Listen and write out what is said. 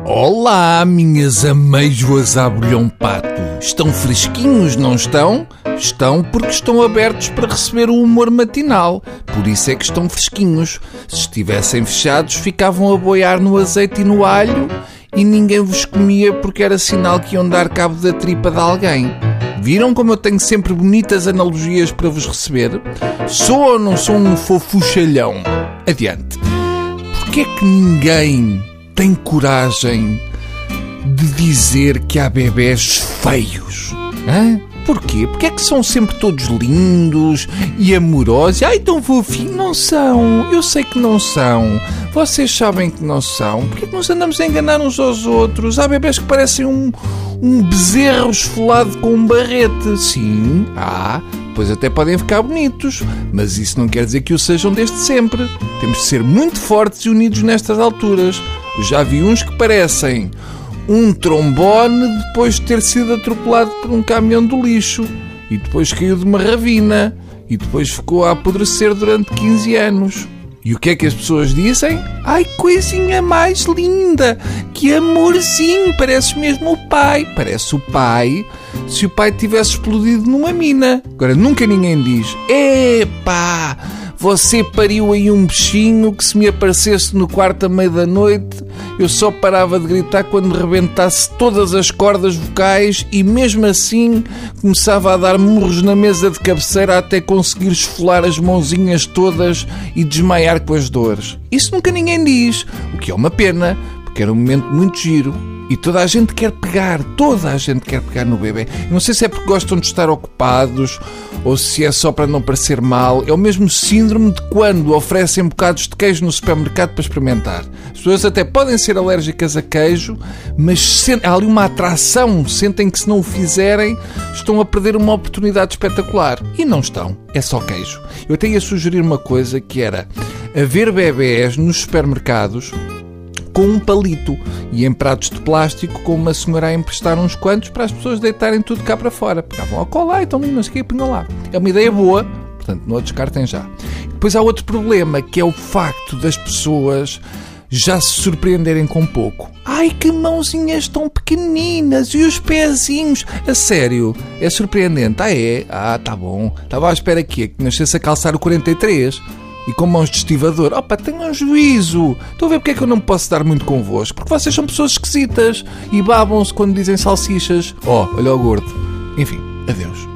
Olá, minhas amêijoas à bolhão pato. Estão fresquinhos, não estão? Estão porque estão abertos para receber o humor matinal. Por isso é que estão fresquinhos. Se estivessem fechados, ficavam a boiar no azeite e no alho e ninguém vos comia porque era sinal que iam dar cabo da tripa de alguém. Viram como eu tenho sempre bonitas analogias para vos receber? Sou ou não sou um fofuchalhão? Adiante. Porquê é que ninguém tem coragem de dizer que há bebés feios? Hã? Porquê? Porque é que são sempre todos lindos e amorosos? Ai, tão fofinhos. Não são. Eu sei que não são. Vocês sabem que não são. Porquê é que nos andamos a enganar uns aos outros? Há bebés que parecem um bezerro esfolado com um barrete. Sim, pois até podem ficar bonitos, mas isso não quer dizer que o sejam desde sempre. Temos de ser muito fortes e unidos nestas alturas. Eu já vi uns que parecem um trombone depois de ter sido atropelado por um caminhão do lixo e depois caiu de uma ravina e depois ficou a apodrecer durante 15 anos. E o que é que as pessoas dizem? Ai, coisinha mais linda! Que amorzinho! Parece mesmo o pai. Parece o pai se o pai tivesse explodido numa mina. Agora, nunca ninguém diz: epá, você pariu aí um bichinho que se me aparecesse no quarto à meia-da-noite, eu só parava de gritar quando rebentasse todas as cordas vocais e mesmo assim começava a dar murros na mesa de cabeceira até conseguir esfolar as mãozinhas todas e desmaiar com as dores. Isso nunca ninguém diz, o que é uma pena, porque era um momento muito giro. E toda a gente quer pegar no bebê. Não sei se é porque gostam de estar ocupados ou se é só para não parecer mal. É o mesmo síndrome de quando oferecem bocados de queijo no supermercado para experimentar. As pessoas até podem ser alérgicas a queijo, mas há ali uma atração. Sentem que se não o fizerem estão a perder uma oportunidade espetacular. E não estão. É só queijo. Eu até ia sugerir uma coisa que era haver bebés nos supermercados com um palito e em pratos de plástico com uma senhora a emprestar uns quantos para as pessoas deitarem tudo cá para fora. Pegavam ao colar e estão ali, não sei o que, e punham lá. É uma ideia boa, portanto não a descartem já. Depois há outro problema, que é o facto das pessoas já se surpreenderem com pouco. Ai, que mãozinhas tão pequeninas e os pezinhos. A sério, é surpreendente. É? Tá bom. Estava à espera que nascesse a calçar o 43... e com mãos de estivador. Tenham juízo. Estou a ver porque é que eu não posso dar muito convosco. Porque vocês são pessoas esquisitas e babam-se quando dizem salsichas. Olha o gordo. Enfim, adeus.